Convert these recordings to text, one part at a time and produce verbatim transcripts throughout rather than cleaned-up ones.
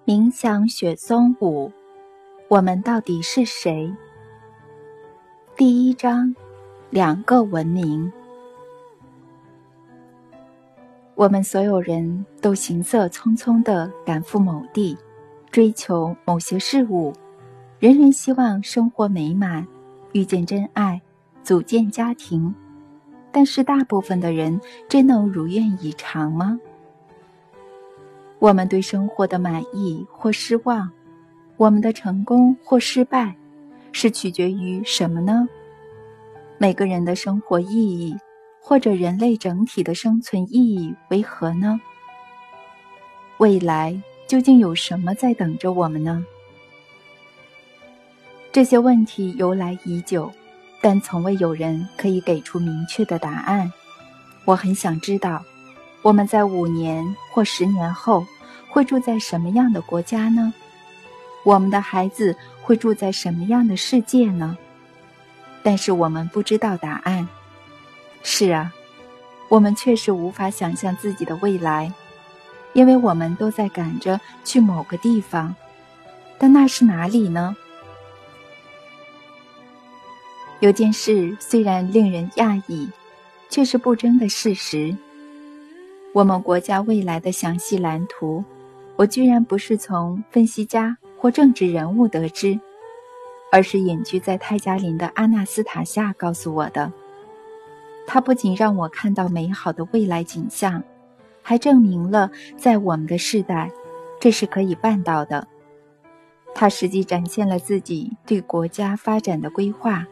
冥想雪松五，我们到底是谁？第一章，两个文明。我们所有人都行色匆匆地赶赴某地，追求某些事物，人人希望生活美满，遇见真爱，组建家庭。但是大部分的人真能如愿以偿吗？我们对生活的满意或失望，我们的成功或失败，是取决于什么呢？每个人的生活意义，或者人类整体的生存意义为何呢？未来究竟有什么在等着我们呢？这些问题由来已久，但从未有人可以给出明确的答案。我很想知道，我们在五年或十年后会住在什么样的国家呢？我们的孩子会住在什么样的世界呢？但是我们不知道答案。是啊，我们确实无法想象自己的未来，因为我们都在赶着去某个地方，但那是哪里呢？有件事虽然令人讶异，却是不争的事实。我们国家未来的详细蓝图，我居然不是从分析家或政治人物得知，而是隐居在泰加林的阿纳斯塔夏告诉我的。他不仅让我看到美好的未来景象，还证明了在我们的世代，这是可以办到的。他实际展现了自己对国家发展的规划。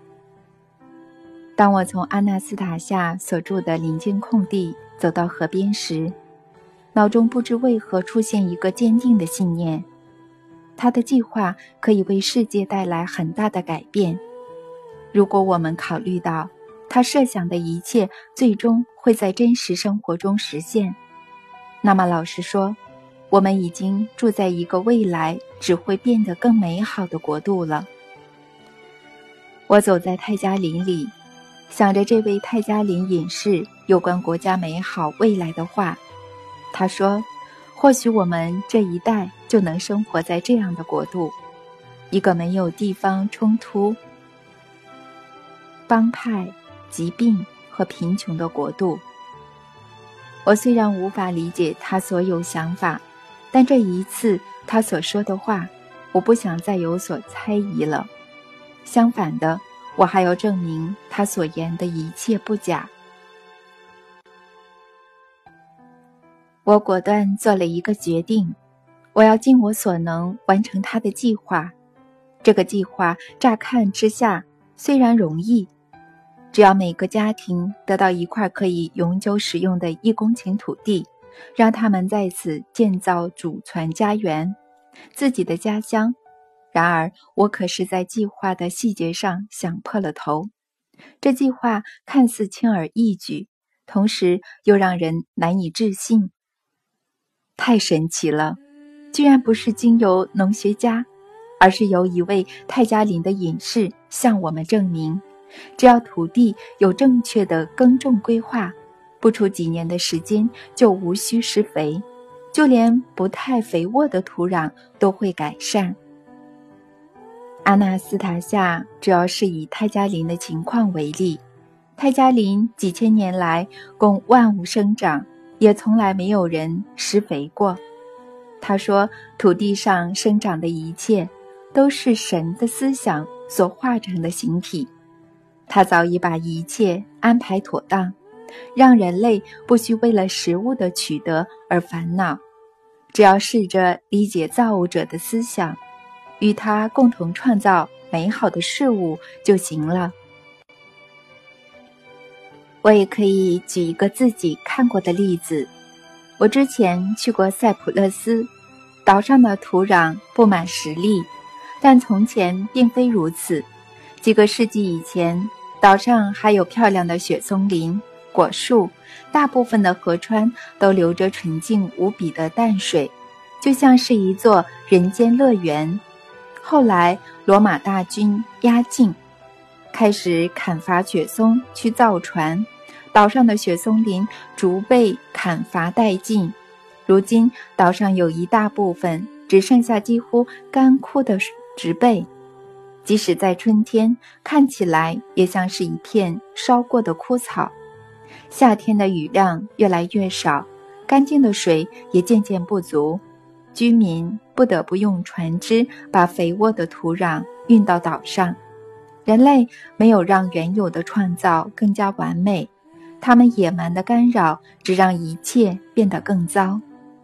当我从阿纳斯塔夏所住的临近空地走到河边时，脑中不知为何出现一个坚定的信念：他的计划可以为世界带来很大的改变。如果我们考虑到他设想的一切最终会在真实生活中实现，那么老实说，我们已经住在一个未来只会变得更美好的国度了。我走在泰加林里，想着这位泰加林隐士有关国家美好未来的话。他说，或许我们这一代就能生活在这样的国度，一个没有地方冲突、帮派、疾病和贫穷的国度。我虽然无法理解他所有想法，但这一次他所说的话，我不想再有所猜疑了。相反的，我还要证明他所言的一切不假。我果断做了一个决定，我要尽我所能完成他的计划。这个计划乍看之下虽然容易，只要每个家庭得到一块可以永久使用的一公顷土地，让他们在此建造祖传家园，自己的家乡。然而我可是在计划的细节上想破了头。这计划看似轻而易举，同时又让人难以置信。太神奇了，居然不是经由农学家，而是由一位泰加林的隐士向我们证明，只要土地有正确的耕种规划，不出几年的时间就无需施肥，就连不太肥沃的土壤都会改善。阿纳斯塔夏主要是以泰加林的情况为例，泰加林几千年来供万物生长，也从来没有人施肥过。他说，土地上生长的一切都是神的思想所化成的形体。他早已把一切安排妥当，让人类不需为了食物的取得而烦恼，只要试着理解造物者的思想，与他共同创造美好的事物就行了。我也可以举一个自己看过的例子。我之前去过塞浦路斯，岛上的土壤布满石砾，但从前并非如此。几个世纪以前，岛上还有漂亮的雪松林、果树，大部分的河川都流着纯净无比的淡水，就像是一座人间乐园。后来罗马大军压境，开始砍伐雪松去造船，岛上的雪松林逐被砍伐殆尽。如今岛上有一大部分只剩下几乎干枯的植被，即使在春天，看起来也像是一片烧过的枯草。夏天的雨量越来越少，干净的水也渐渐不足，居民不得不用船只把肥沃的土壤运到岛上。人类没有让原有的创造更加完美，他们野蛮的干扰只让一切变得更糟。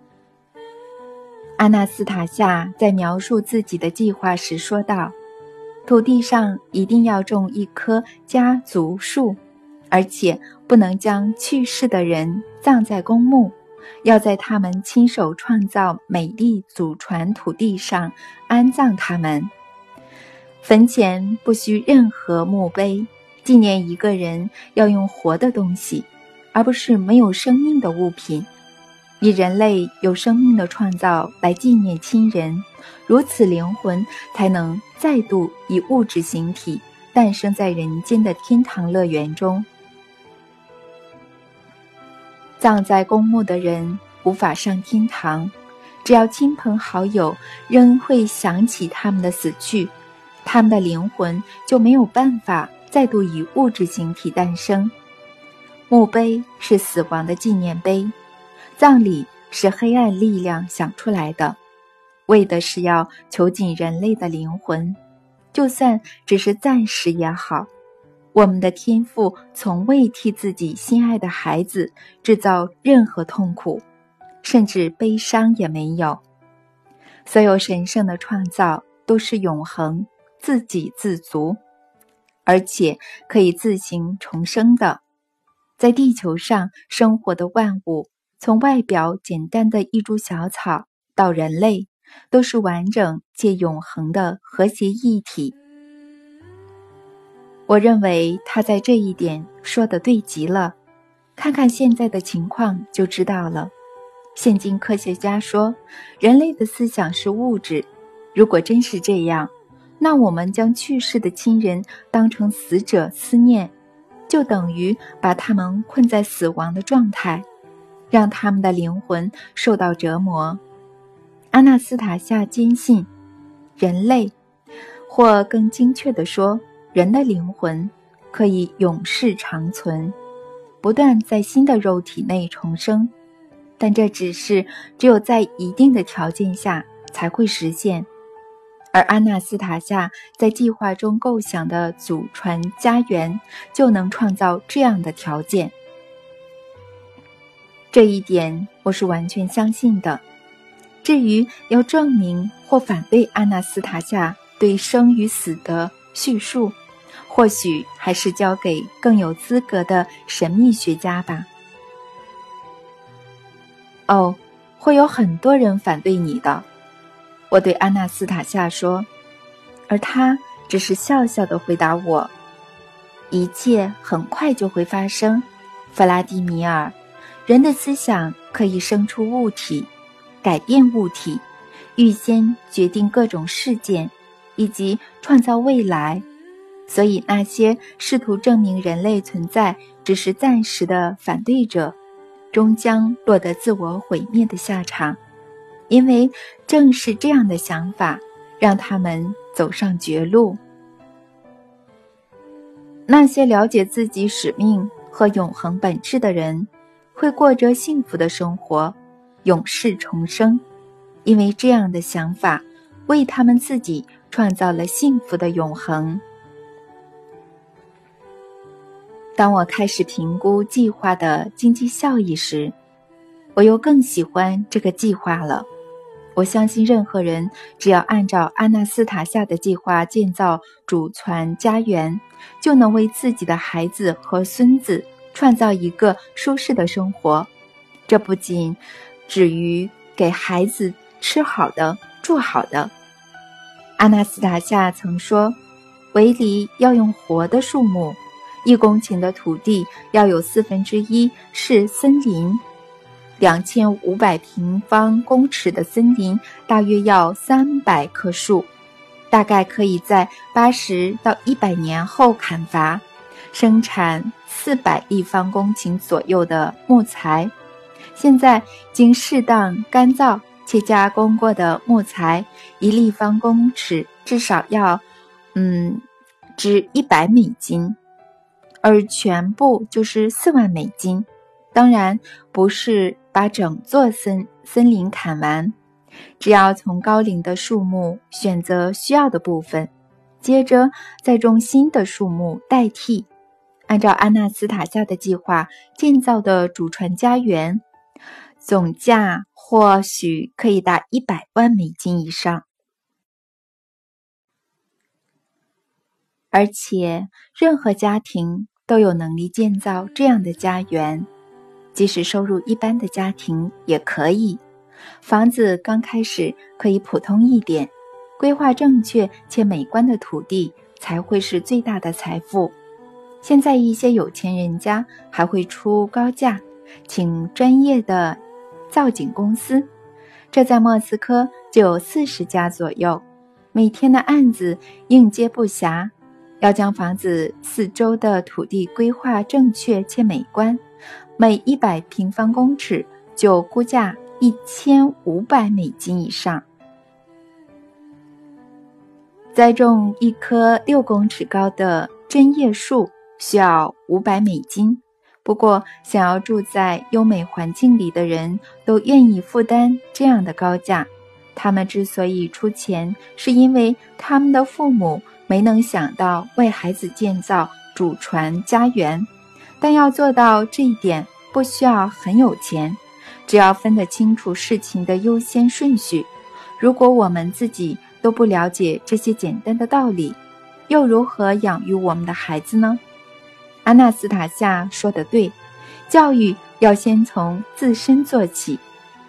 阿纳斯塔夏在描述自己的计划时说道，土地上一定要种一棵家族树，而且不能将去世的人葬在公墓，要在他们亲手创造美丽祖传土地上安葬他们。坟前不需任何墓碑，纪念一个人要用活的东西，而不是没有生命的物品。以人类有生命的创造来纪念亲人，如此灵魂才能再度以物质形体诞生在人间的天堂乐园中。葬在公墓的人无法上天堂，只要亲朋好友仍会想起他们的死去，他们的灵魂就没有办法再度以物质形体诞生。墓碑是死亡的纪念碑，葬礼是黑暗力量想出来的，为的是要囚禁人类的灵魂，就算只是暂时也好。我们的天父从未替自己心爱的孩子制造任何痛苦，甚至悲伤也没有。所有神圣的创造都是永恒、自给自足，而且可以自行重生的。在地球上生活的万物，从外表简单的一株小草到人类，都是完整且永恒的和谐一体。我认为他在这一点说得对极了，看看现在的情况就知道了。现今科学家说，人类的思想是物质，如果真是这样，那我们将去世的亲人当成死者思念，就等于把他们困在死亡的状态，让他们的灵魂受到折磨。阿纳斯塔夏坚信，人类，或更精确地说，人的灵魂可以永世长存，不断在新的肉体内重生，但这只是只有在一定的条件下才会实现。而阿纳斯塔夏在计划中构想的祖传家园就能创造这样的条件。这一点我是完全相信的。至于要证明或反对阿纳斯塔夏对生与死的叙述，或许还是交给更有资格的神秘学家吧。哦，会有很多人反对你的，我对阿纳斯塔夏说，而他只是笑笑地回答我，一切很快就会发生，弗拉迪米尔，人的思想可以生出物体，改变物体，预先决定各种事件，以及创造未来。所以那些试图证明人类存在只是暂时的反对者，终将落得自我毁灭的下场，因为正是这样的想法让他们走上绝路。那些了解自己使命和永恒本质的人，会过着幸福的生活，永世重生，因为这样的想法为他们自己创造了幸福的永恒。当我开始评估计划的经济效益时，我又更喜欢这个计划了。我相信任何人只要按照阿纳斯塔夏的计划建造祖传家园，就能为自己的孩子和孙子创造一个舒适的生活。这不仅止于给孩子吃好的、住好的。阿纳斯塔夏曾说，围篱要用活的树木，一公顷的土地要有四分之一是森林，两千五百平方公尺的森林大约要三百棵树，大概可以在八十到一百年后砍伐，生产四百立方公顷左右的木材。现在经适当干燥， 且加工过的木材一立方公尺至少要嗯值一百美金，而全部就是四万美金。当然不是把整座森森林砍完，只要从高龄的树木选择需要的部分，接着再种新的树木代替。按照阿纳斯塔夏的计划建造的祖传家园，总价或许可以达一百万美金以上。而且任何家庭都有能力建造这样的家园，即使收入一般的家庭也可以。房子刚开始可以普通一点，规划正确且美观的土地才会是最大的财富。现在一些有钱人家还会出高价，请专业的造景公司，这在莫斯科就有四十家左右，每天的案子应接不暇。要将房子四周的土地规划正确且美观，每一百平方公尺就估价一千五百美金以上。栽种一棵六公尺高的针叶树需要五百美金，不过想要住在优美环境里的人都愿意负担这样的高价。他们之所以出钱，是因为他们的父母没能想到为孩子建造祖传家园。但要做到这一点，不需要很有钱，只要分得清楚事情的优先顺序。如果我们自己都不了解这些简单的道理，又如何养育我们的孩子呢？阿纳斯塔夏说得对，教育要先从自身做起。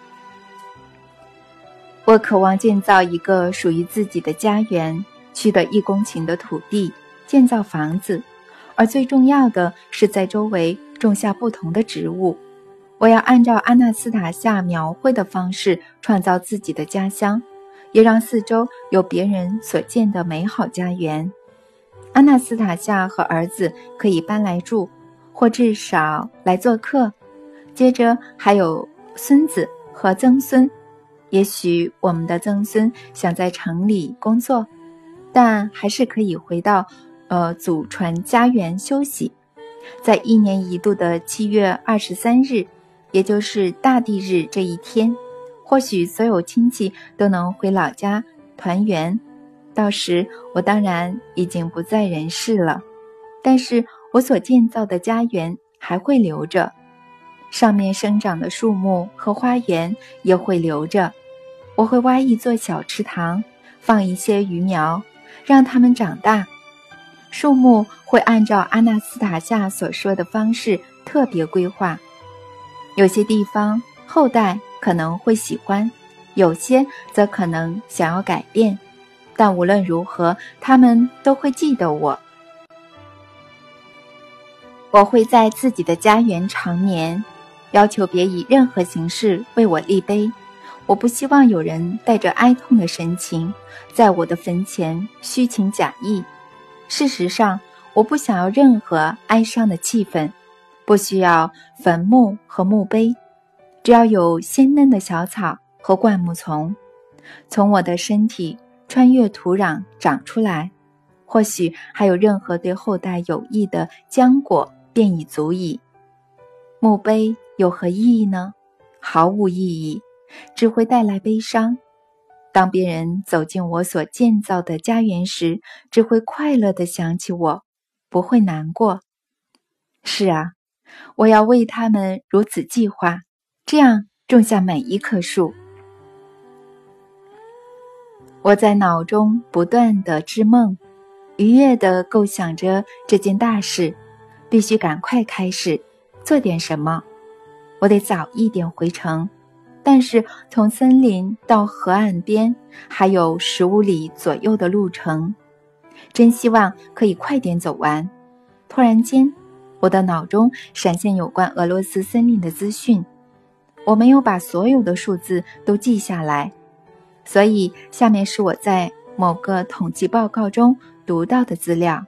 我渴望建造一个属于自己的家园，取得一公顷的土地，建造房子，而最重要的是在周围种下不同的植物。我要按照阿纳斯塔夏描绘的方式创造自己的家乡，也让四周有别人所建的美好家园。阿纳斯塔夏和儿子可以搬来住，或至少来做客，接着还有孙子和曾孙。也许我们的曾孙想在城里工作，但还是可以回到呃祖传家园休息。在一年一度的七月二十三日，也就是大地日这一天，或许所有亲戚都能回老家团圆。到时我当然已经不在人世了，但是我所建造的家园还会留着，上面生长的树木和花园也会留着。我会挖一座小池塘，放一些鱼苗，让它们长大。树木会按照阿纳斯塔夏所说的方式特别规划，有些地方后代可能会喜欢，有些则可能想要改变，但无论如何，他们都会记得我。我会在自己的家园长眠，要求别以任何形式为我立碑。我不希望有人带着哀痛的神情在我的坟前虚情假意。事实上，我不想要任何哀伤的气氛，不需要坟墓和墓碑，只要有鲜嫩的小草和灌木丛，从我的身体穿越土壤长出来。或许还有任何对后代有益的浆果便已足矣。墓碑有何意义呢？毫无意义，只会带来悲伤。当别人走进我所建造的家园时，只会快乐地想起我，不会难过。是啊，我要为他们如此计划，这样种下每一棵树。我在脑中不断地织梦，愉悦地构想着这件大事，必须赶快开始，做点什么。我得早一点回城，但是从森林到河岸边还有十五里左右的路程，真希望可以快点走完。突然间，我的脑中闪现有关俄罗斯森林的资讯，我没有把所有的数字都记下来，所以下面是我在某个统计报告中读到的资料。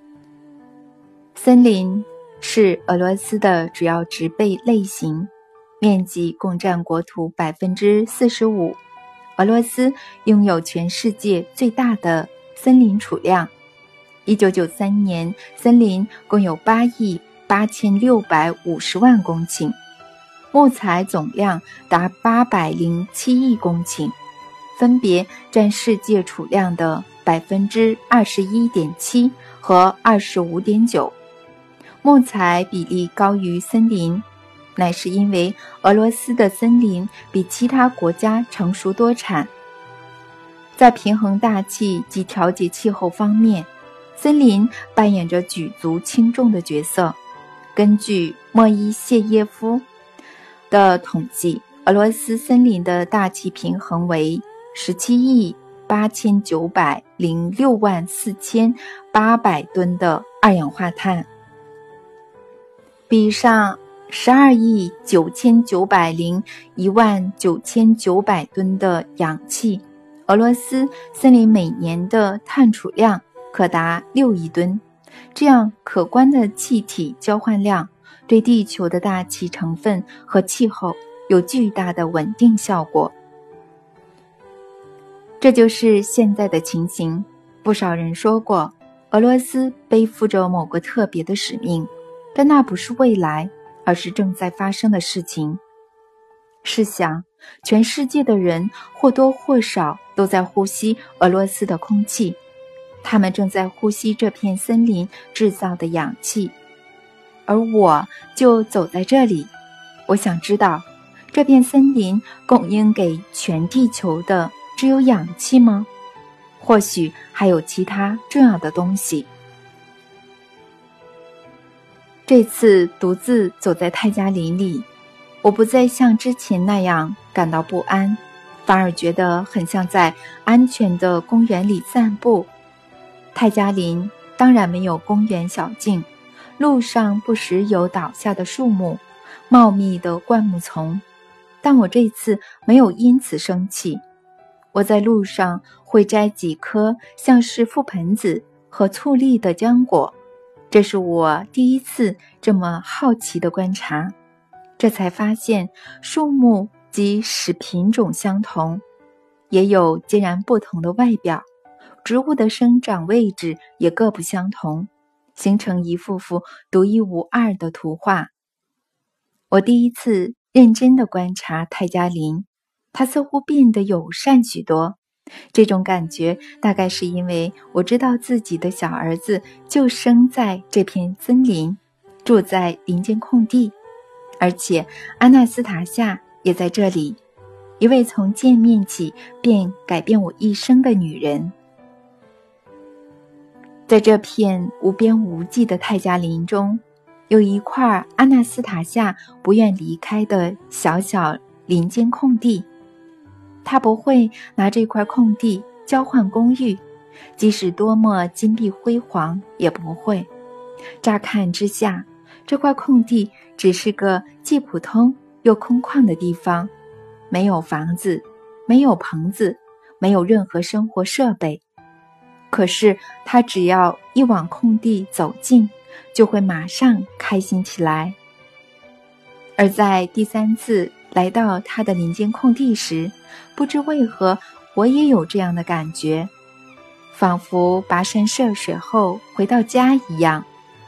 森林是俄罗斯的主要植被类型， 面积共占国土 百分之四十五。 俄罗斯拥有全世界最大的森林储量。一九九三年，森林共有八亿八千六百五十万公顷，木材总量达八百零七亿公顷，分别占世界储量的 百分之二十一点七 和 二十五点九。 木材比例高于森林，乃是因为俄罗斯的森林比其他国家成熟多产。在平衡大气及调节气候方面，森林扮演着举足轻重的角色。根据莫伊谢耶夫的统计，俄罗斯森林的大气平衡为十七亿八千九百零六万四千八百吨的二氧化碳，比上十二亿九千九百零一万九千九百吨的氧气。俄罗斯森林每年的碳储量可达六亿吨，这样可观的气体交换量对地球的大气成分和气候有巨大的稳定效果。这就是现在的情形。不少人说过，俄罗斯背负着某个特别的使命，但那不是未来，而是正在发生的事情。试想，全世界的人或多或少都在呼吸俄罗斯的空气，他们正在呼吸这片森林制造的氧气，而我就走在这里。我想知道，这片森林供应给全地球的只有氧气吗？或许还有其他重要的东西。这次独自走在泰加林里，我不再像之前那样感到不安，反而觉得很像在安全的公园里散步。泰加林当然没有公园小径，路上不时有倒下的树木，茂密的灌木丛，但我这次没有因此生气。我在路上会摘几颗像是覆盆子和醋栗的浆果，这是我第一次这么好奇地观察，这才发现树木即使品种相同，也有截然不同的外表，植物的生长位置也各不相同，形成一幅幅独一无二的图画。我第一次认真地观察泰加林，它似乎变得友善许多。这种感觉大概是因为我知道自己的小儿子就生在这片森林，住在林间空地，而且安娜斯塔夏也在这里，一位从见面起便改变我一生的女人。在这片无边无际的泰加林中，有一块安娜斯塔夏不愿离开的小小林间空地。她不会拿这块空地交换公寓，即使多么金碧辉煌也不会。乍看之下，这块空地只是个既普通又空旷的地方，没有房子，没有棚子，没有任何生活设备。可是他只要一往空地走近，就会马上开心起来。而在第三次来到他的林间空地时，不知为何我也有这样的感觉，仿佛跋山涉水后回到家一样。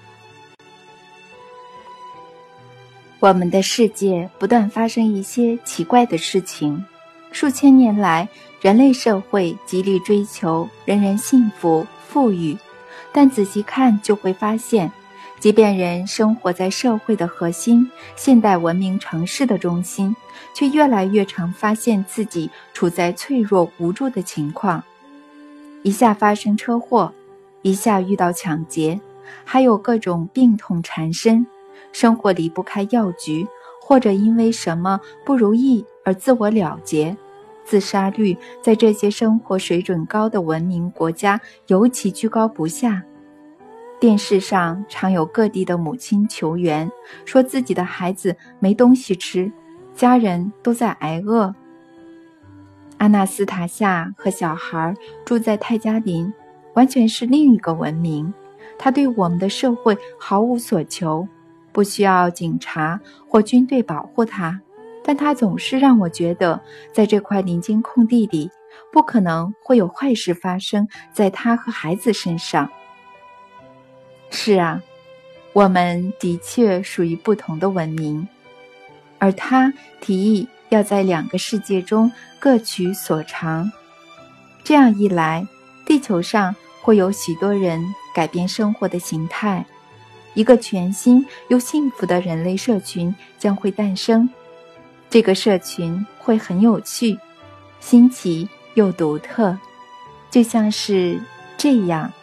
我们的世界不断发生一些奇怪的事情，数千年来，人类社会极力追求人人幸福富裕，但仔细看就会发现，即便人生活在社会的核心，现代文明城市的中心，却越来越常发现自己处在脆弱无助的情况。一下发生车祸，一下遇到抢劫，还有各种病痛缠身，生活离不开药局，或者因为什么不如意而自我了结。自杀率在这些生活水准高的文明国家尤其居高不下。电视上常有各地的母亲求援，说自己的孩子没东西吃，家人都在挨饿。阿纳斯塔夏和小孩住在泰加林，完全是另一个文明。他对我们的社会毫无所求，不需要警察或军队保护他， 但它总是让我觉得，在这块林间空地里，不可能会有坏事发生在他和孩子身上。是啊，我们的确属于不同的文明，而他提议要在两个世界中各取所长。这样一来，地球上会有许多人改变生活的形态，一个全新又幸福的人类社群将会诞生。这个社群会很有趣，新奇又独特，就像是这样。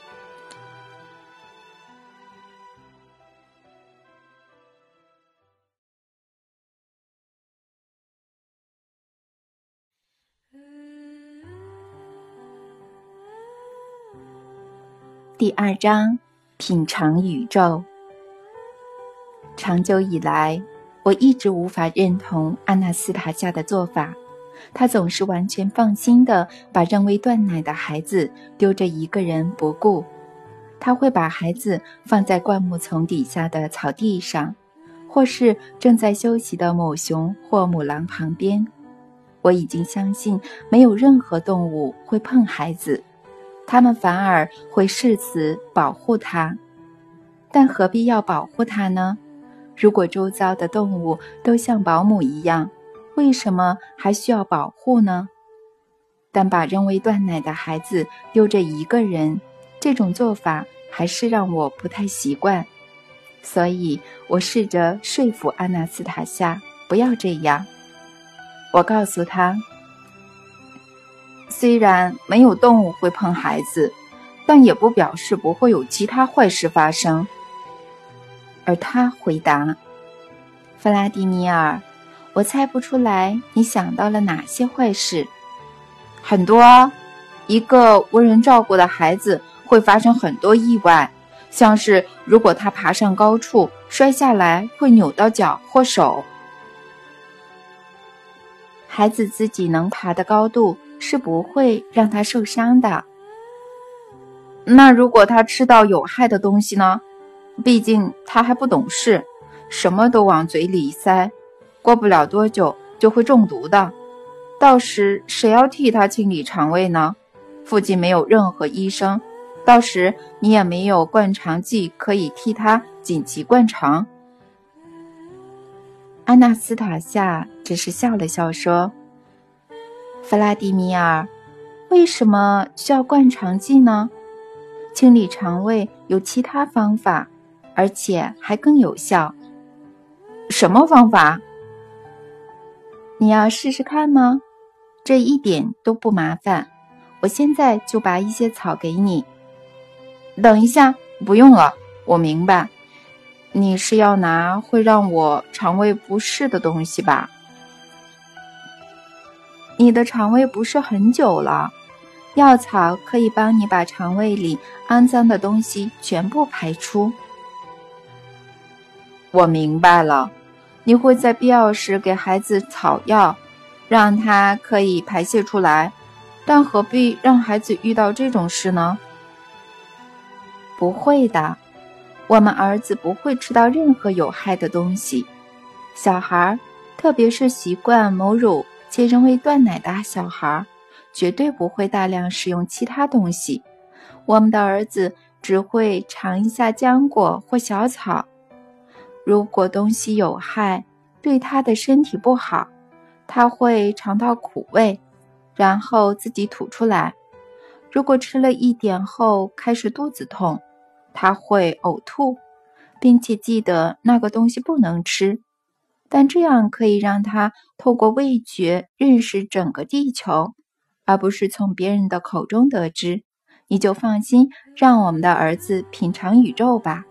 第二章，品尝宇宙。长久以来，我一直无法认同阿纳斯塔夏的做法。她总是完全放心地把仍未断奶的孩子丢着一个人不顾。她会把孩子放在灌木丛底下的草地上，或是正在休息的母熊或母狼旁边。我已经相信没有任何动物会碰孩子，它们反而会誓死保护它。但何必要保护它呢？如果周遭的动物都像保姆一样，为什么还需要保护呢？但把仍未断奶的孩子丢着一个人，这种做法还是让我不太习惯。所以我试着说服阿纳斯塔夏不要这样。我告诉他，虽然没有动物会碰孩子，但也不表示不会有其他坏事发生。而他回答，弗拉迪米尔，我猜不出来你想到了哪些坏事。很多啊，一个无人照顾的孩子会发生很多意外，像是如果他爬上高处，摔下来会扭到脚或手。孩子自己能爬的高度是不会让他受伤的。那如果他吃到有害的东西呢？毕竟他还不懂事，什么都往嘴里塞，过不了多久就会中毒的。到时谁要替他清理肠胃呢？附近没有任何医生，到时你也没有灌肠剂可以替他紧急灌肠。阿纳斯塔夏只是笑了笑说，弗拉迪米尔，为什么需要灌肠剂呢？清理肠胃有其他方法，而且还更有效。什么方法？你要试试看吗？这一点都不麻烦，我现在就拔一些草给你。等一下，不用了，我明白，你是要拿会让我肠胃不适的东西吧？你的肠胃不适很久了，药草可以帮你把肠胃里肮脏的东西全部排出。我明白了，你会在必要时给孩子草药，让他可以排泄出来，但何必让孩子遇到这种事呢？不会的，我们儿子不会吃到任何有害的东西。小孩，特别是习惯母乳且仍未断奶的小孩，绝对不会大量使用其他东西。我们的儿子只会尝一下浆果或小草。如果东西有害，对他的身体不好，他会尝到苦味，然后自己吐出来。如果吃了一点后开始肚子痛，他会呕吐，并且记得那个东西不能吃。但这样可以让他透过味觉认识整个地球，而不是从别人的口中得知。你就放心让我们的儿子品尝宇宙吧。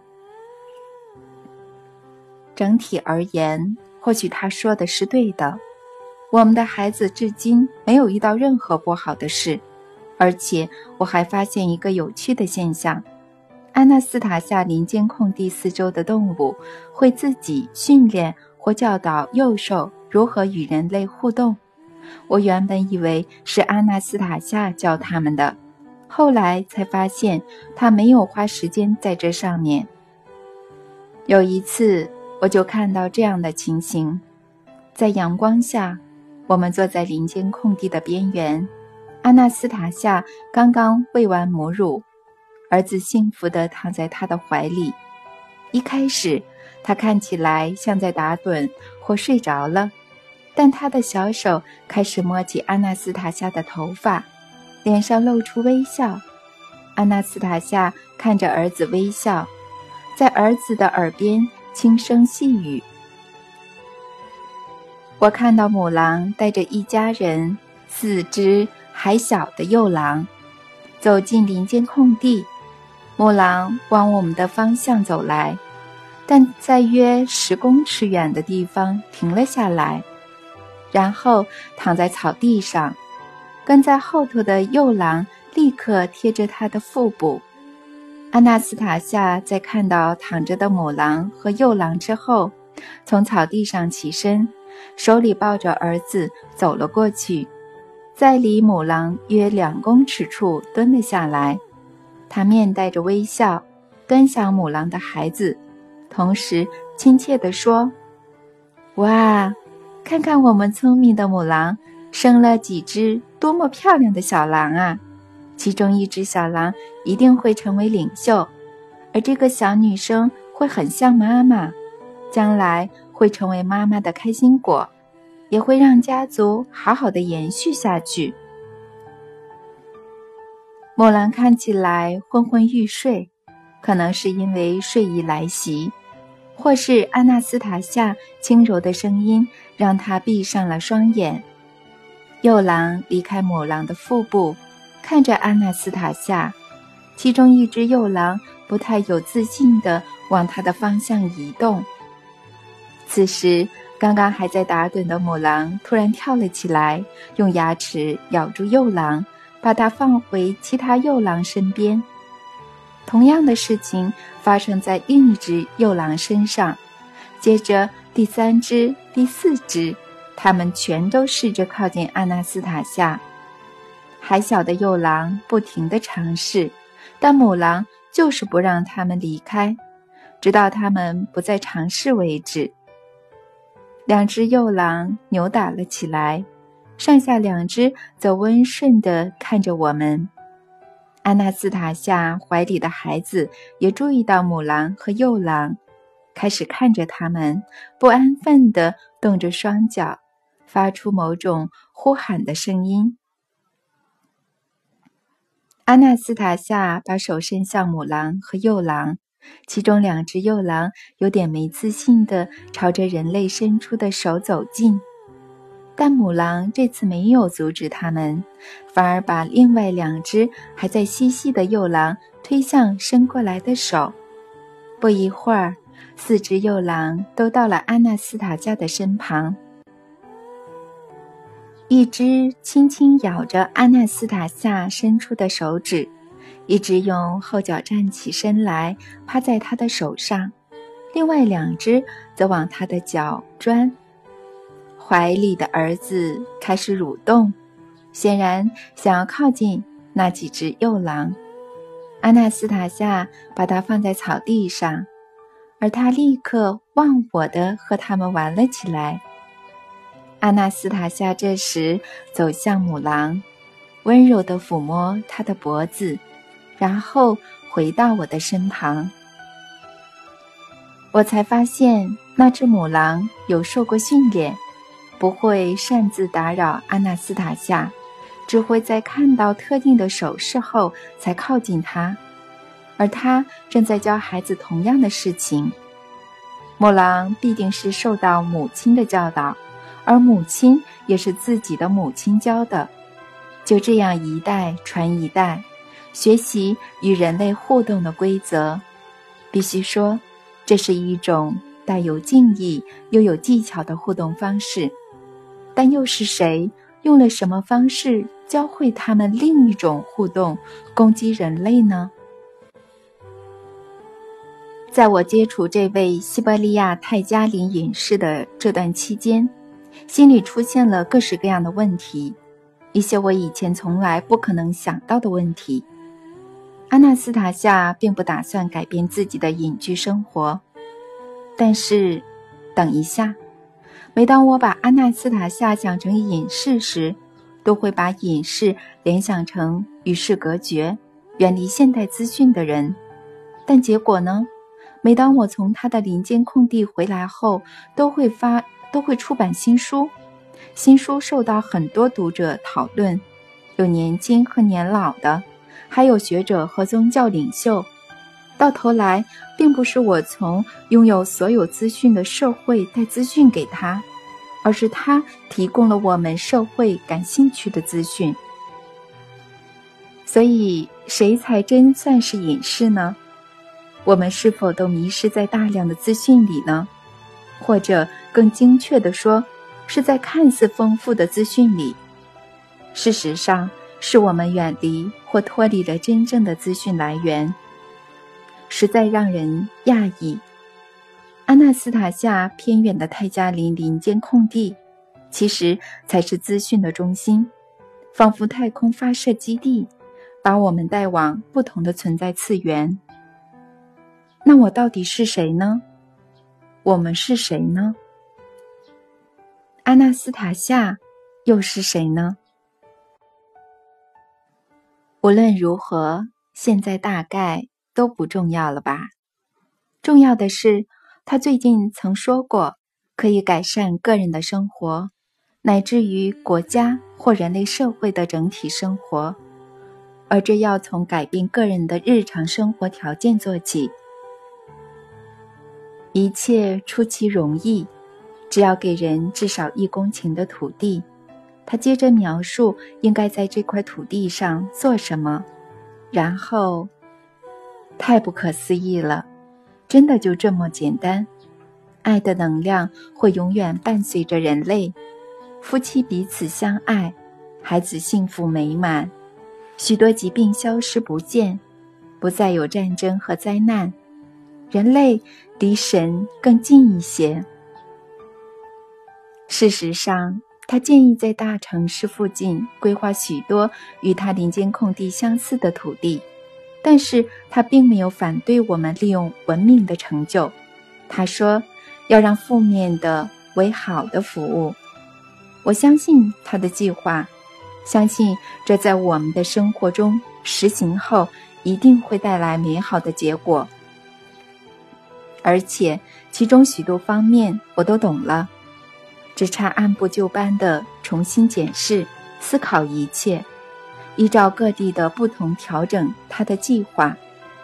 整体而言，或许他说的是对的。我们的孩子至今没有遇到任何不好的事，而且我还发现一个有趣的现象：阿纳斯塔夏林间空地四周的动物会自己训练或教导幼兽如何与人类互动。我原本以为是阿纳斯塔夏教他们的，后来才发现他没有花时间在这上面。有一次我就看到这样的情形， 在阳光下，我们坐在林间空地的边缘。阿纳斯塔夏刚刚喂完母乳，儿子幸福地躺在她的怀里。一开始，他看起来像在打盹或睡着了，但他的小手开始摸起阿纳斯塔夏的头发，脸上露出微笑。阿纳斯塔夏看着儿子微笑，在儿子的耳边轻声细语。我看到母狼带着一家人，四只还小的幼狼，走进林间空地。母狼往我们的方向走来，但在约十公尺远的地方停了下来，然后躺在草地上。跟在后头的幼狼立刻贴着它的腹部。阿纳斯塔夏在看到躺着的母狼和幼狼之后，从草地上起身，手里抱着儿子走了过去，在离母狼约两公尺处蹲了下来。他面带着微笑，端详母狼的孩子，同时亲切地说：哇，看看我们聪明的母狼生了几只多么漂亮的小狼啊！其中一只小狼一定会成为领袖，而这个小女生会很像妈妈，将来会成为妈妈的开心果，也会让家族好好的延续下去。母狼看起来昏昏欲睡，可能是因为睡意来袭，或是阿纳斯塔夏轻柔的声音让她闭上了双眼。幼狼离开母狼的腹部，看着阿纳斯塔夏，其中一只幼狼不太有自信地往它的方向移动。此时，刚刚还在打盹的母狼突然跳了起来，用牙齿咬住幼狼，把它放回其他幼狼身边。同样的事情发生在另一只幼狼身上，接着第三只、第四只，它们全都试着靠近阿纳斯塔夏。还小的幼狼不停地尝试，但母狼就是不让它们离开，直到它们不再尝试为止。两只幼狼扭打了起来，剩下两只则温顺地看着我们。阿纳斯塔夏怀里的孩子也注意到母狼和幼狼，开始看着它们，不安分地动着双脚，发出某种呼喊的声音。阿纳斯塔夏把手伸向母狼和幼狼，其中两只幼狼有点没自信地朝着人类伸出的手走近，但母狼这次没有阻止它们，反而把另外两只还在嬉戏的幼狼推向伸过来的手。不一会儿，四只幼狼都到了阿纳斯塔夏的身旁，一只轻轻咬着阿纳斯塔夏伸出的手指，一只用后脚站起身来趴在他的手上，另外两只则往他的脚钻。怀里的儿子开始蠕动，显然想要靠近那几只幼狼。阿纳斯塔夏把它放在草地上，而他立刻忘我地和它们玩了起来。阿纳斯塔夏这时走向母狼，温柔地抚摸它的脖子，然后回到我的身旁。我才发现那只母狼有受过训练，不会擅自打扰阿纳斯塔夏，只会在看到特定的手势后才靠近它，而它正在教孩子同样的事情。母狼必定是受到母亲的教导，而母亲也是自己的母亲教的，就这样一代传一代，学习与人类互动的规则。必须说，这是一种带有敬意又有技巧的互动方式，但又是谁用了什么方式教会他们另一种互动，攻击人类呢？在我接触这位西伯利亚泰加林隐士的这段期间，心里出现了各式各样的问题，一些我以前从来不可能想到的问题。阿纳斯塔夏并不打算改变自己的隐居生活，但是等一下， 每当我把阿纳斯塔夏想成隐士时，都会把隐士联想成与世隔绝、远离现代资讯的人。但结果呢？每当我从他的林间空地回来后，都会发都会出版新书，新书受到很多读者讨论，有年轻和年老的，还有学者和宗教领袖。到头来，并不是我从拥有所有资讯的社会带资讯给他，而是他提供了我们社会感兴趣的资讯。所以，谁才真算是隐士呢？我们是否都迷失在大量的资讯里呢？或者更精确地说，是在看似丰富的资讯里。事实上，是我们远离或脱离了真正的资讯来源，实在让人讶异。阿纳斯塔夏偏远的泰加林林间空地，其实才是资讯的中心，仿佛太空发射基地，把我们带往不同的存在次元。那我到底是谁呢？我们是谁呢？阿纳斯塔夏又是谁呢？无论如何，现在大概都不重要了吧。重要的是，他最近曾说过，可以改善个人的生活，乃至于国家或人类社会的整体生活，而这要从改变个人的日常生活条件做起。一切出其容易，只要给人至少一公顷的土地。他接着描述应该在这块土地上做什么，然后，太不可思议了，真的就这么简单。爱的能量会永远伴随着人类，夫妻彼此相爱，孩子幸福美满，许多疾病消失不见，不再有战争和灾难，人类离神更近一些。事实上，他建议在大城市附近规划许多与他林间空地相似的土地，但是他并没有反对我们利用文明的成就。他说，要让负面的为好的服务。我相信他的计划，相信这在我们的生活中实行后一定会带来美好的结果。而且其中许多方面我都懂了，只差按部就班地重新检视、思考一切，依照各地的不同调整他的计划。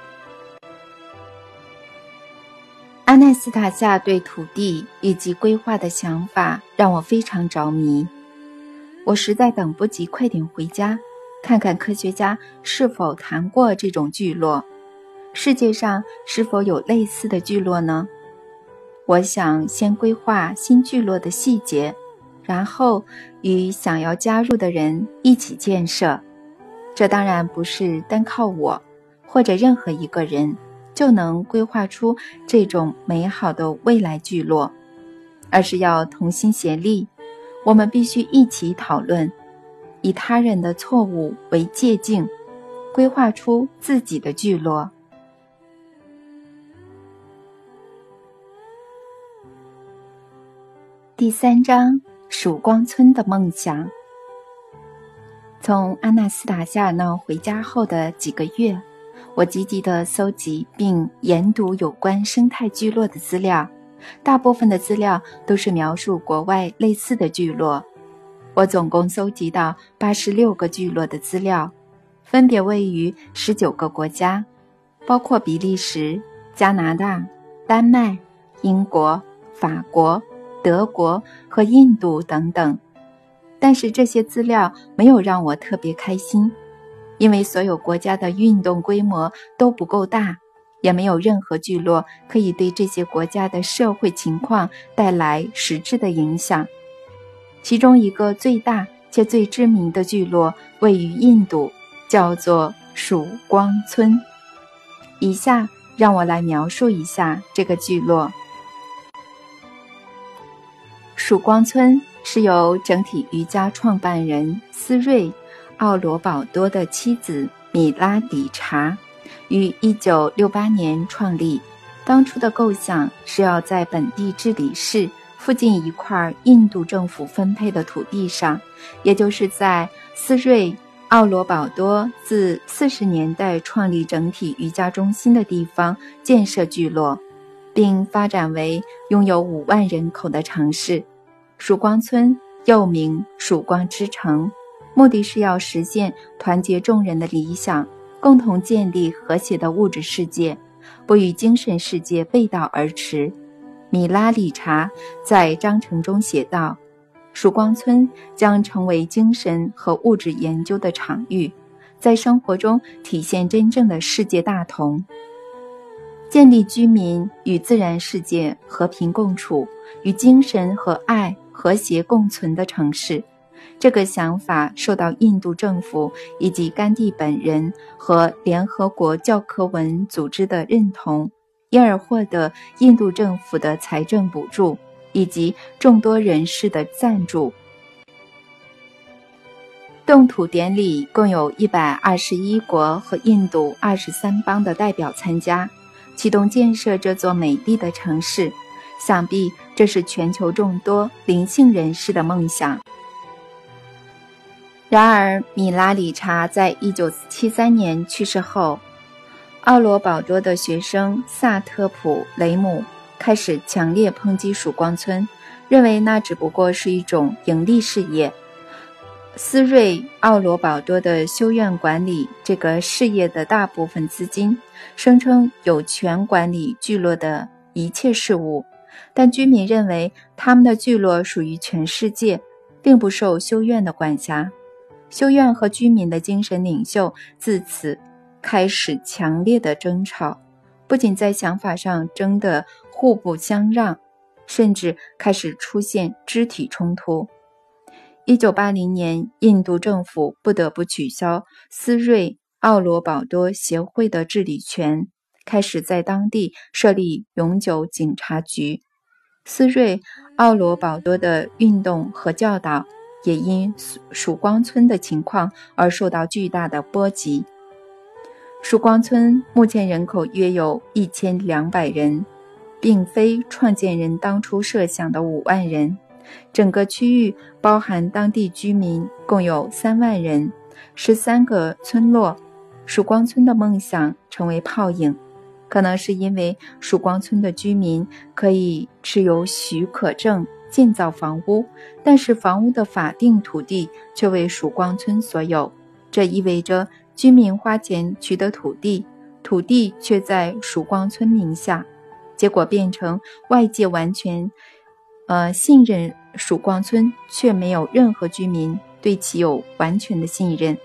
阿纳斯塔夏对土地以及规划的想法让我非常着迷，我实在等不及快点回家，看看科学家是否谈过这种聚落，世界上是否有类似的聚落呢？我想先规划新聚落的细节，然后与想要加入的人一起建设。这当然不是单靠我或者任何一个人就能规划出这种美好的未来聚落，而是要同心协力。我们必须一起讨论，以他人的错误为借镜，规划出自己的聚落。第三章，曙光村的梦想。从阿纳斯塔夏那回家后的几个月，我积极地搜集并研读有关生态聚落的资料，大部分的资料都是描述国外类似的聚落。我总共搜集到八十六个聚落的资料，分别位于十九个国家，包括比利时、加拿大、丹麦、英国、法国、德国和印度等等。但是这些资料没有让我特别开心，因为所有国家的运动规模都不够大，也没有任何聚落可以对这些国家的社会情况带来实质的影响。其中一个最大且最知名的聚落位于印度，叫做曙光村。以下让我来描述一下这个聚落。曙光村是由整体瑜伽创办人斯瑞·奥罗保多的妻子米拉理查于一九六八年创立。当初的构想是要在本地治理市附近一块印度政府分配的土地上，也就是在斯瑞奥罗保多自四十年代创立整体瑜伽中心的地方建设聚落，并发展为拥有五万人口的城市。曙光村又名曙光之城，目的是要实现团结众人的理想，共同建立和谐的物质世界，不与精神世界背道而驰。米拉理查在章程中写道，曙光村将成为精神和物质研究的场域，在生活中体现真正的世界大同，建立居民与自然世界和平共处，与精神和爱和谐共存的城市。这个想法受到印度政府以及甘地本人和联合国教科文组织的认同，因而获得印度政府的财政补助以及众多人士的赞助。动土典礼共有一百二十一国和印度二十三邦的代表参加，启动建设这座美丽的城市，想必这是全球众多灵性人士的梦想。然而，米拉理查在一九七三年去世后，奥罗保多的学生萨特普雷姆开始强烈抨击曙光村，认为那只不过是一种盈利事业。斯瑞奥罗保多的修院管理这个事业的大部分资金，声称有权管理聚落的一切事务，但居民认为他们的聚落属于全世界，并不受修院的管辖。修院和居民的精神领袖自此开始强烈的争吵，不仅在想法上争得互不相让，甚至开始出现肢体冲突。一九八零年，印度政府不得不取消斯瑞奥罗保多协会的治理权，开始在当地设立永久警察局。斯瑞奥罗保多的运动和教导也因曙光村的情况而受到巨大的波及。曙光村目前人口约有一千两百人，并非创建人当初设想的五万人。整个区域包含当地居民共有三万人，十三个村落。曙光村的梦想成为泡影，可能是因为曙光村的居民可以持有许可证建造房屋，但是房屋的法定土地却为曙光村所有。这意味着居民花钱取得土地，土地却在曙光村名下，结果变成外界完全呃信任曙光村，却没有任何居民对其有完全的信任。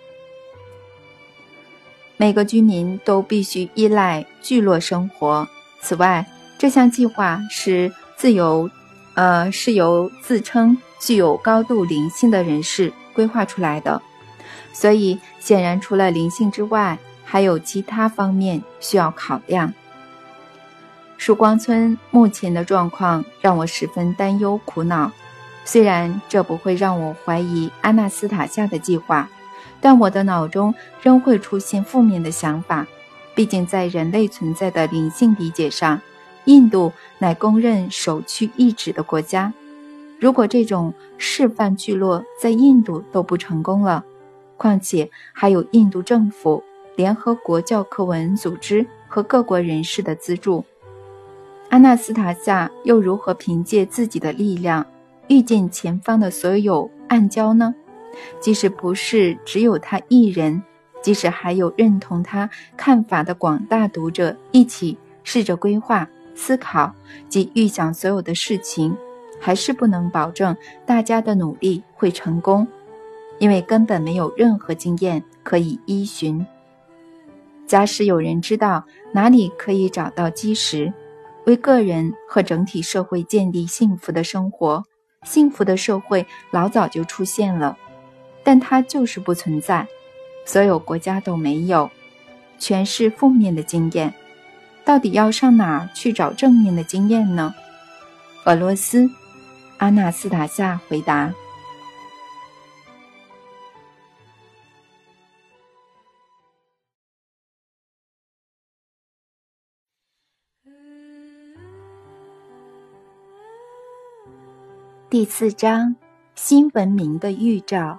每个居民都必须依赖聚落生活。此外，这项计划是自由呃是由自称具有高度灵性的人士规划出来的，所以显然除了灵性之外，还有其他方面需要考量。曙光村目前的状况让我十分担忧苦恼，虽然这不会让我怀疑阿纳斯塔夏的计划，但我的脑中仍会出现负面的想法。毕竟在人类存在的灵性理解上，印度乃公认首屈一指的国家。如果这种示范聚落在印度都不成功了，况且还有印度政府、联合国教科文组织和各国人士的资助，阿纳斯塔夏又如何凭借自己的力量预见前方的所有暗礁呢？即使不是只有他一人，即使还有认同他看法的广大读者一起试着规划、思考及预想所有的事情，还是不能保证大家的努力会成功，因为根本没有任何经验可以依循。假使有人知道哪里可以找到基石，为个人和整体社会建立幸福的生活，幸福的社会老早就出现了，但它就是不存在，所有国家都没有，全是负面的经验。到底要上哪去找正面的经验呢？俄罗斯，阿纳斯塔夏回答。 第四章，新文明的预兆。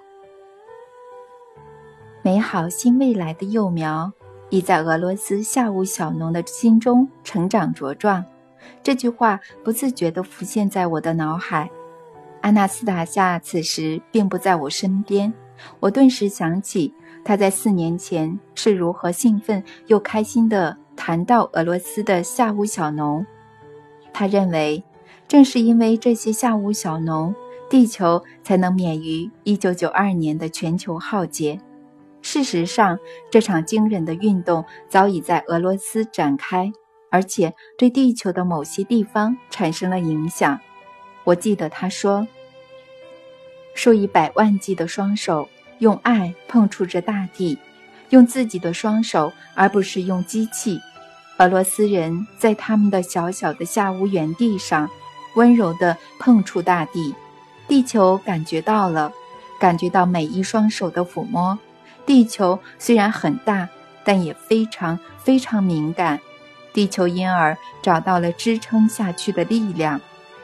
美好新未来的幼苗已在俄罗斯下务小农的心中成长茁壮。这句话不自觉地浮现在我的脑海。阿纳斯塔夏此时并不在我身边，我顿时想起他在四年前是如何兴奋又开心地谈到俄罗斯的下务小农。他认为正是因为这些下务小农，地球才能免于一九九二年的全球浩劫。事实上，这场惊人的运动早已在俄罗斯展开，而且对地球的某些地方产生了影响。我记得他说，数以百万计的双手用爱碰触着大地，用自己的双手而不是用机器。俄罗斯人在他们的小小的下屋原地上温柔地碰触大地，地球感觉到了，感觉到每一双手的抚摸。地球虽然很大，但也非常非常敏感，地球因而找到了支撑下去的力量。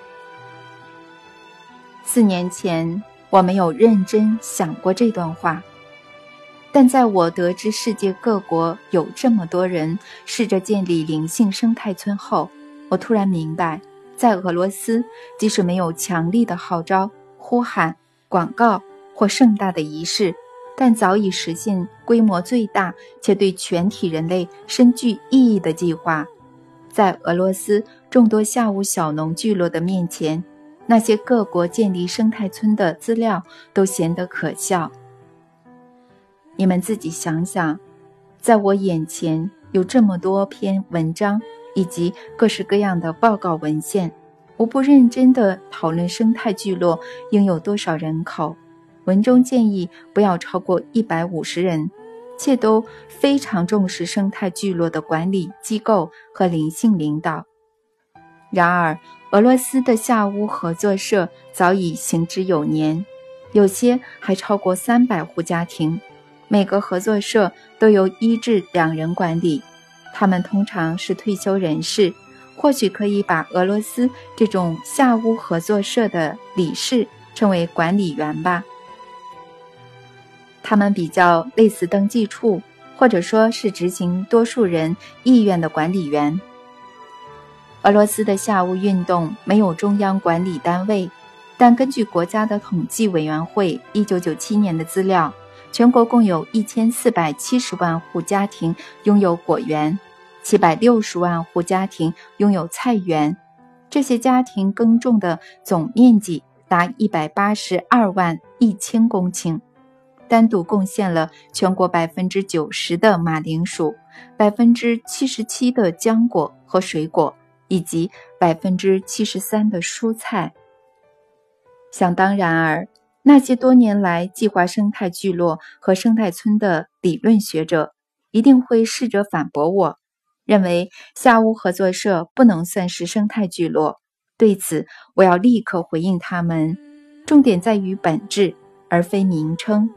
四年前我没有认真想过这段话，但在我得知世界各国有这么多人试着建立灵性生态村后，我突然明白，在俄罗斯，即使没有强力的号召、呼喊、广告或盛大的仪式，但早已实现规模最大且对全体人类深具意义的计划。在俄罗斯众多下务小农聚落的面前，那些各国建立生态村的资料都显得可笑。你们自己想想，在我眼前有这么多篇文章以及各式各样的报告文献，我不认真地讨论生态聚落应有多少人口，文中建议不要超过一百五十人，且都非常重视生态聚落的管理机构和灵性领导。然而，俄罗斯的下屋合作社早已行之有年，有些还超过三百户家庭，每个合作社都由一至两人管理，他们通常是退休人士，或许可以把俄罗斯这种下屋合作社的理事称为管理员吧。他们比较类似登记处，或者说是执行多数人意愿的管理员。俄罗斯的下屋运动没有中央管理单位，但根据国家的统计委员会一九九七年的资料，全国共有一千四百七十万户家庭拥有果园，七百六十万户家庭拥有菜园，这些家庭耕种的总面积达一百八十二万一千公顷，单独贡献了全国百分之九十的马铃薯，百分之七十七的浆果和水果，以及百分之七十三的蔬菜。想当然尔，那些多年来计划生态聚落和生态村的理论学者一定会试着反驳我，认为下屋合作社不能算是生态聚落。对此，我要立刻回应他们，重点在于本质，而非名称。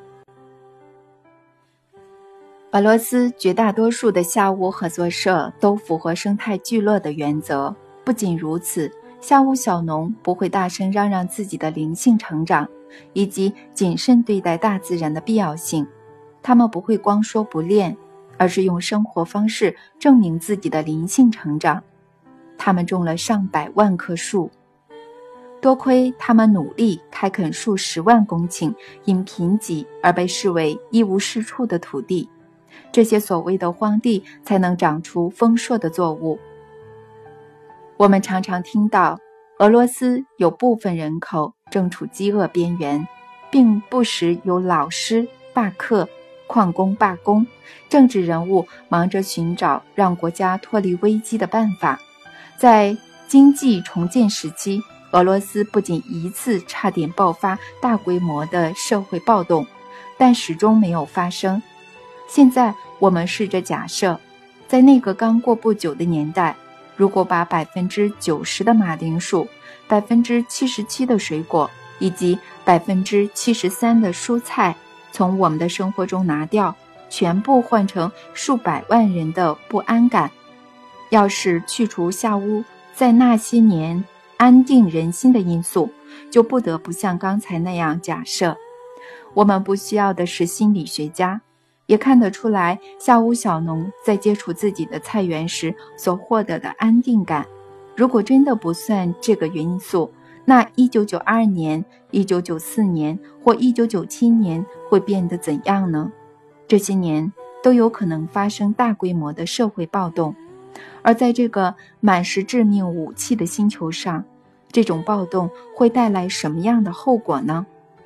俄罗斯绝大多数的下屋合作社都符合生态聚落的原则。不仅如此，下屋小农不会大声嚷嚷自己的灵性成长以及谨慎对待大自然的必要性，他们不会光说不练，而是用生活方式证明自己的灵性成长。他们种了上百万棵树，多亏他们努力开垦数十万公顷因贫瘠而被视为一无是处的土地，这些所谓的荒地才能长出丰硕的作物。我们常常听到俄罗斯有部分人口正处饥饿边缘，并不时有老师罢课、矿工罢工，政治人物忙着寻找让国家脱离危机的办法。在经济重建时期，俄罗斯不仅一次差点爆发大规模的社会暴动，但始终没有发生。现在我们试着假设，在那个刚过不久的年代，如果把百分之九十的马铃薯、百分之七十七的水果以及百分之七十三的蔬菜从我们的生活中拿掉，全部换成数百万人的不安感。要是去除下屋在那些年安定人心的因素， 就不得不像刚才那样假设。我们不需要的是心理学家，也看得出来下屋小农在接触自己的菜园时所获得的安定感。如果真的不算这个因素，那一九九二年、一九九四年或一九九七年会变得怎样呢？这些年都有可能发生大规模的社会暴动，而在这个满是致命武器的星球上，这种暴动会带来什么样的后果呢？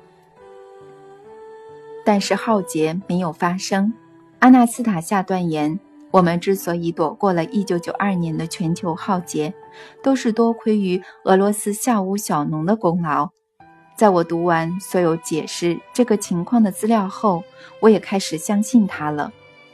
但是浩劫没有发生。阿纳斯塔夏断言，我们之所以躲过了一九九二年的全球浩劫，都是多亏于俄罗斯下屋小农的功劳。在我读完所有解释这个情况的资料后，我也开始相信他了。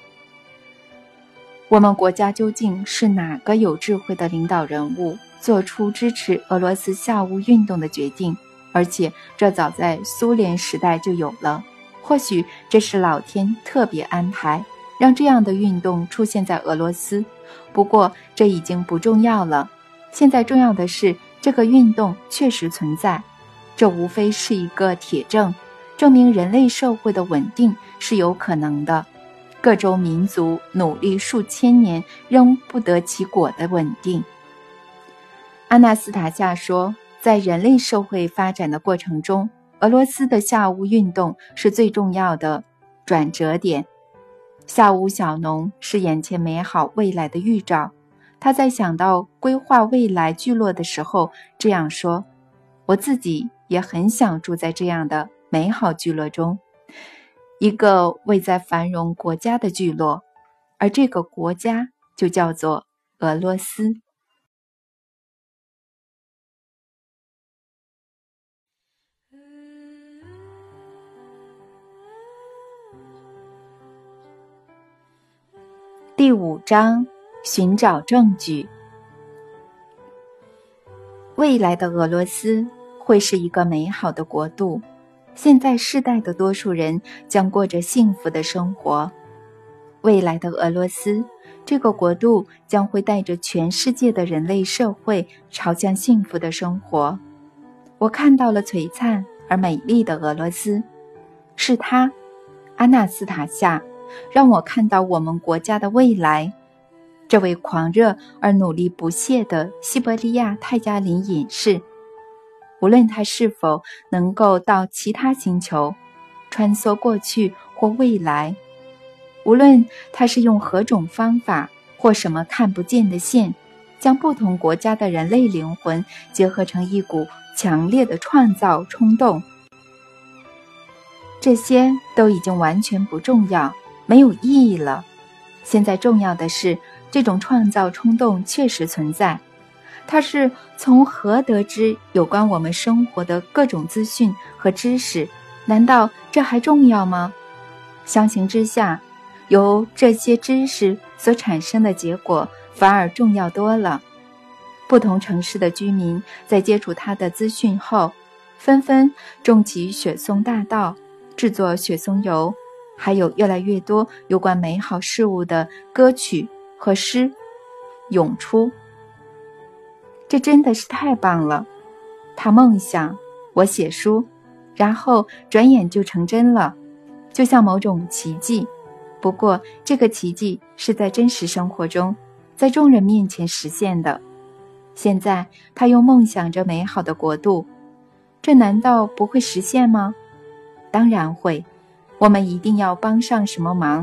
我们国家究竟是哪个有智慧的领导人物做出支持俄罗斯下屋运动的决定？而且这早在苏联时代就有了。或许这是老天特别安排，让这样的运动出现在俄罗斯。不过这已经不重要了，现在重要的是这个运动确实存在。这无非是一个铁证，证明人类社会的稳定是有可能的。各州民族努力数千年仍不得其果的稳定。阿纳斯塔夏说，在人类社会发展的过程中，俄罗斯的下屋运动是最重要的转折点。下屋小农是眼前美好未来的预兆。他在想到规划未来聚落的时候这样说，我自己也很想住在这样的美好聚落中，一个位在繁荣国家的聚落，而这个国家就叫做俄罗斯。第五章，寻找证据。未来的俄罗斯会是一个美好的国度，现在世代的多数人将过着幸福的生活。未来的俄罗斯，这个国度将会带着全世界的人类社会朝向幸福的生活。我看到了璀璨而美丽的俄罗斯，是它，阿纳斯塔夏，让我看到我们国家的未来。这位狂热而努力不懈的西伯利亚泰加林隐士，无论他是否能够到其他星球，穿梭过去或未来，无论他是用何种方法或什么看不见的线，将不同国家的人类灵魂结合成一股强烈的创造冲动，这些都已经完全不重要，没有意义了。现在重要的是，这种创造冲动确实存在。它是从何得知有关我们生活的各种资讯和知识？难道这还重要吗？相形之下，由这些知识所产生的结果反而重要多了。不同城市的居民在接触它的资讯后，纷纷种起雪松大道，制作雪松油，还有越来越多有关美好事物的歌曲和诗涌出。这真的是太棒了。他梦想，我写书，然后转眼就成真了，就像某种奇迹。不过这个奇迹是在真实生活中，在众人面前实现的。现在他又梦想着美好的国度，这难道不会实现吗？当然会，我们一定要帮上什么忙。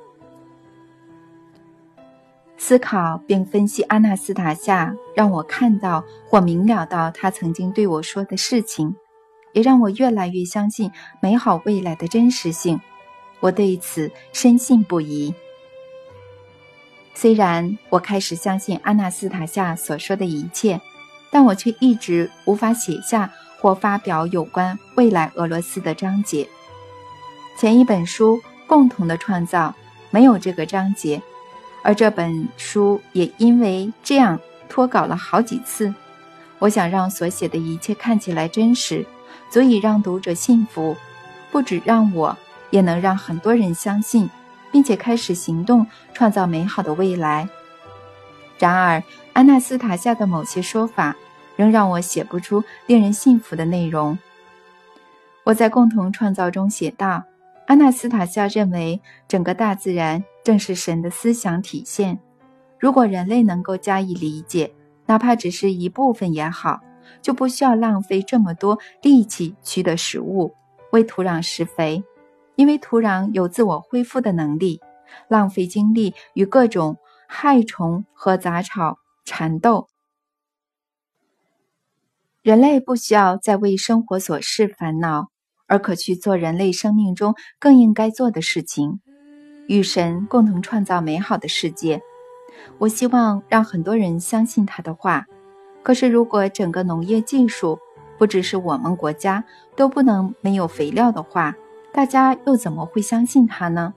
思考并分析阿纳斯塔夏，让我看到或明了到他曾经对我说的事情，也让我越来越相信美好未来的真实性。我对此深信不疑。虽然我开始相信阿纳斯塔夏所说的一切，但我却一直无法写下或发表有关未来俄罗斯的章节。前一本书《共同的创造》没有这个章节，而这本书也因为这样脱稿了好几次。我想让所写的一切看起来真实，足以让读者信服，不只让我，也能让很多人相信，并且开始行动，创造美好的未来。然而，阿纳斯塔夏的某些说法， 仍让我写不出令人信服的内容。我在共同创造中写道，阿纳斯塔夏认为整个大自然正是神的思想体现，如果人类能够加以理解，哪怕只是一部分也好，就不需要浪费这么多力气取得食物，为土壤施肥，因为土壤有自我恢复的能力，浪费精力与各种害虫和杂草缠斗。人类不需要再为生活琐事烦恼，而可去做人类生命中更应该做的事情，与神共同创造美好的世界。我希望让很多人相信他的话，可是如果整个农业技术，不只是我们国家，都不能没有肥料的话，大家又怎么会相信他呢？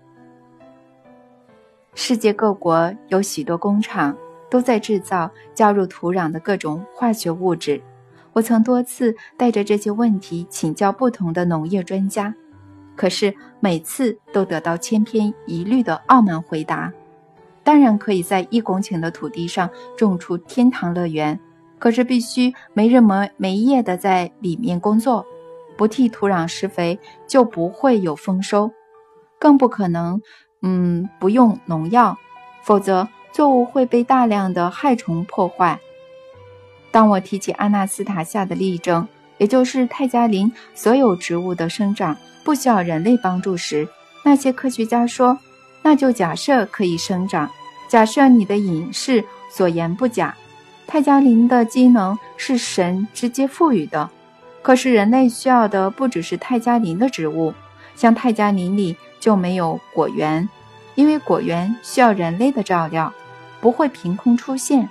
世界各国有许多工厂都在制造加入土壤的各种化学物质，我曾多次带着这些问题请教不同的农业专家，可是每次都得到千篇一律的傲慢回答。当然可以在一公顷的土地上种出天堂乐园，可是必须没日没夜地在里面工作，不替土壤施肥就不会有丰收，更不可能嗯，不用农药，否则作物会被大量的害虫破坏。当我提起阿纳斯塔夏的例证，也就是泰加林所有植物的生长不需要人类帮助时，那些科学家说，那就假设可以生长，假设你的隐士所言不假，泰加林的机能是神直接赋予的。可是人类需要的不只是泰加林的植物，像泰加林里就没有果园，因为果园需要人类的照料，不会凭空出现。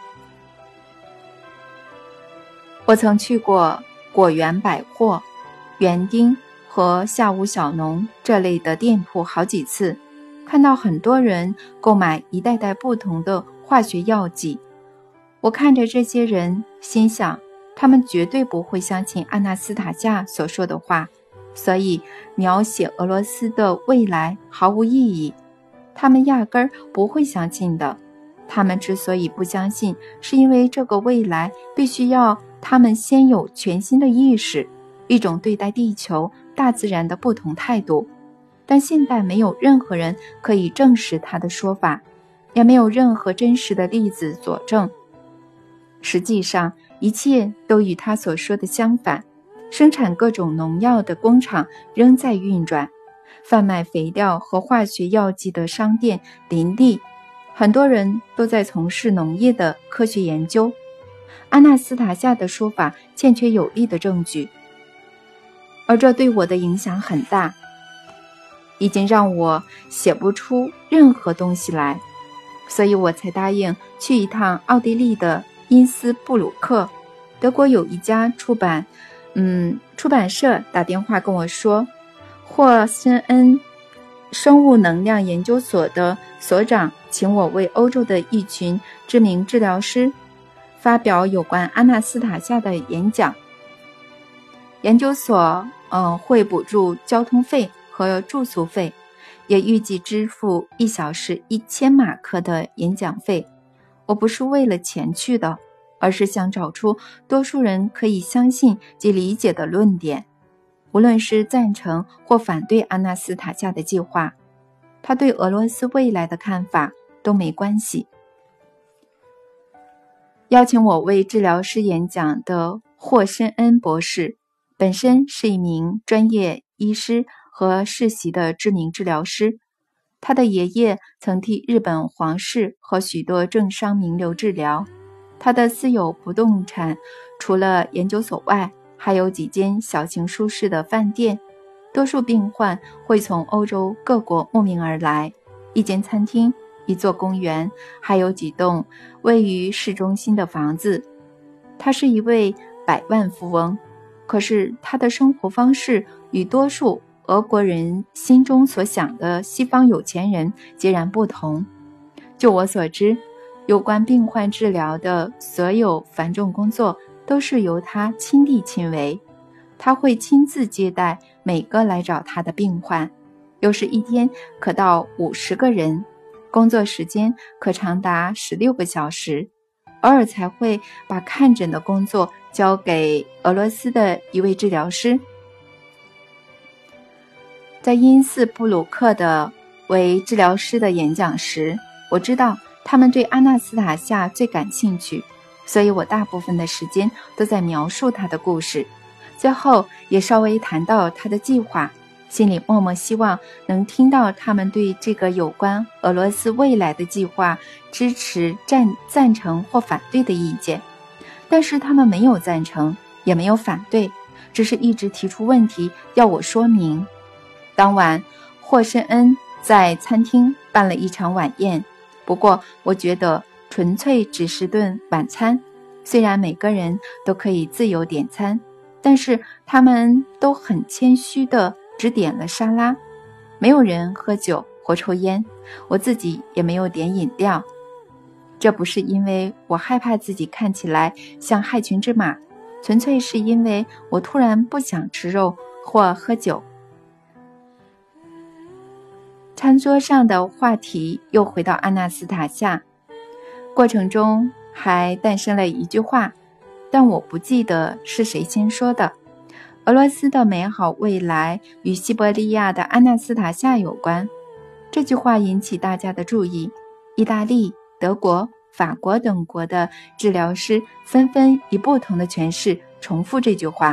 我曾去过果园百货、园丁和下午小农这类的店铺好几次，看到很多人购买一袋袋不同的化学药剂。我看着这些人，心想他们绝对不会相信阿纳斯塔夏所说的话，所以描写俄罗斯的未来毫无意义，他们压根儿不会相信的。他们之所以不相信，是因为这个未来必须要他们先有全新的意识，一种对待地球、大自然的不同态度。但现在没有任何人可以证实他的说法，也没有任何真实的例子佐证。实际上，一切都与他所说的相反。生产各种农药的工厂仍在运转，贩卖肥料和化学药剂的商店林立，很多人都在从事农业的科学研究。阿纳斯塔夏的说法欠缺有力的证据，而这对我的影响很大，已经让我写不出任何东西来，所以我才答应去一趟奥地利的因斯布鲁克。德国有一家出版嗯，出版社打电话跟我说，霍森恩生物能量研究所的所长请我为欧洲的一群知名治疗师发表有关阿纳斯塔夏的演讲。研究所呃会补助交通费和住宿费，也预计支付一小时一千马克的演讲费。我不是为了钱去的，而是想找出多数人可以相信及理解的论点，无论是赞成或反对阿纳斯塔夏的计划，他对俄罗斯未来的看法都没关系。邀请我为治疗师演讲的霍申恩博士本身是一名专业医师和世袭的知名治疗师，他的爷爷曾替日本皇室和许多政商名流治疗。他的私有不动产除了研究所外，还有几间小型舒适的饭店，多数病患会从欧洲各国慕名而来，一间餐厅，一座公园，还有几栋位于市中心的房子。他是一位百万富翁，可是他的生活方式与多数俄国人心中所想的西方有钱人截然不同。就我所知，有关病患治疗的所有繁重工作都是由他亲力亲为，他会亲自接待每个来找他的病患，有时一天可到五十个人，工作时间可长达十六个小时。 偶尔才会把看诊的工作交给俄罗斯的一位治疗师。在因斯布鲁克的为治疗师的演讲时，我知道他们对阿纳斯塔夏最感兴趣，所以我大部分的时间都在描述他的故事，最后也稍微谈到他的计划，心里默默希望能听到他们对这个有关俄罗斯未来的计划支持、赞赞成或反对的意见。但是他们没有赞成，也没有反对，只是一直提出问题要我说明。当晚，霍申恩在餐厅办了一场晚宴，不过我觉得纯粹只是顿晚餐，虽然每个人都可以自由点餐，但是他们都很谦虚地只点了沙拉，没有人喝酒或抽烟，我自己也没有点饮料。这不是因为我害怕自己看起来像害群之马，纯粹是因为我突然不想吃肉或喝酒。餐桌上的话题又回到阿纳斯塔夏，过程中还诞生了一句话，但我不记得是谁先说的。俄罗斯的美好未来与西伯利亚的阿纳斯塔夏有关。这句话引起大家的注意，意大利、德国、法国等国的治疗师纷纷以不同的诠释重复这句话。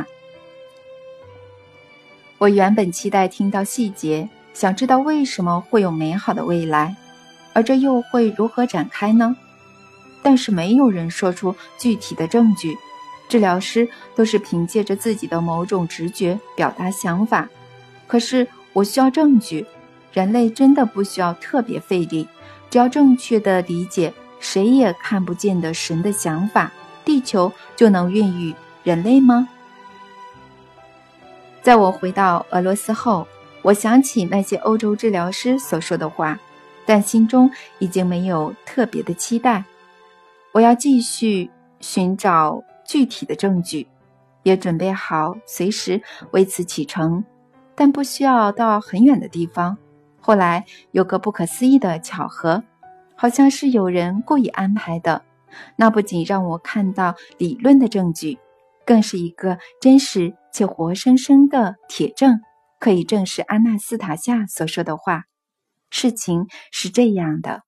我原本期待听到细节，想知道为什么会有美好的未来，而这又会如何展开呢？但是没有人说出具体的证据，治疗师都是凭借着自己的某种直觉表达想法。可是我需要证据，人类真的不需要特别费力，只要正确的理解谁也看不见的神的想法，地球就能孕育人类吗？在我回到俄罗斯后，我想起那些欧洲治疗师所说的话，但心中已经没有特别的期待。我要继续寻找具体的证据，也准备好随时为此启程，但不需要到很远的地方。后来有个不可思议的巧合，好像是有人故意安排的，那不仅让我看到理论的证据，更是一个真实且活生生的铁证，可以证实阿纳斯塔夏所说的话。事情是这样的，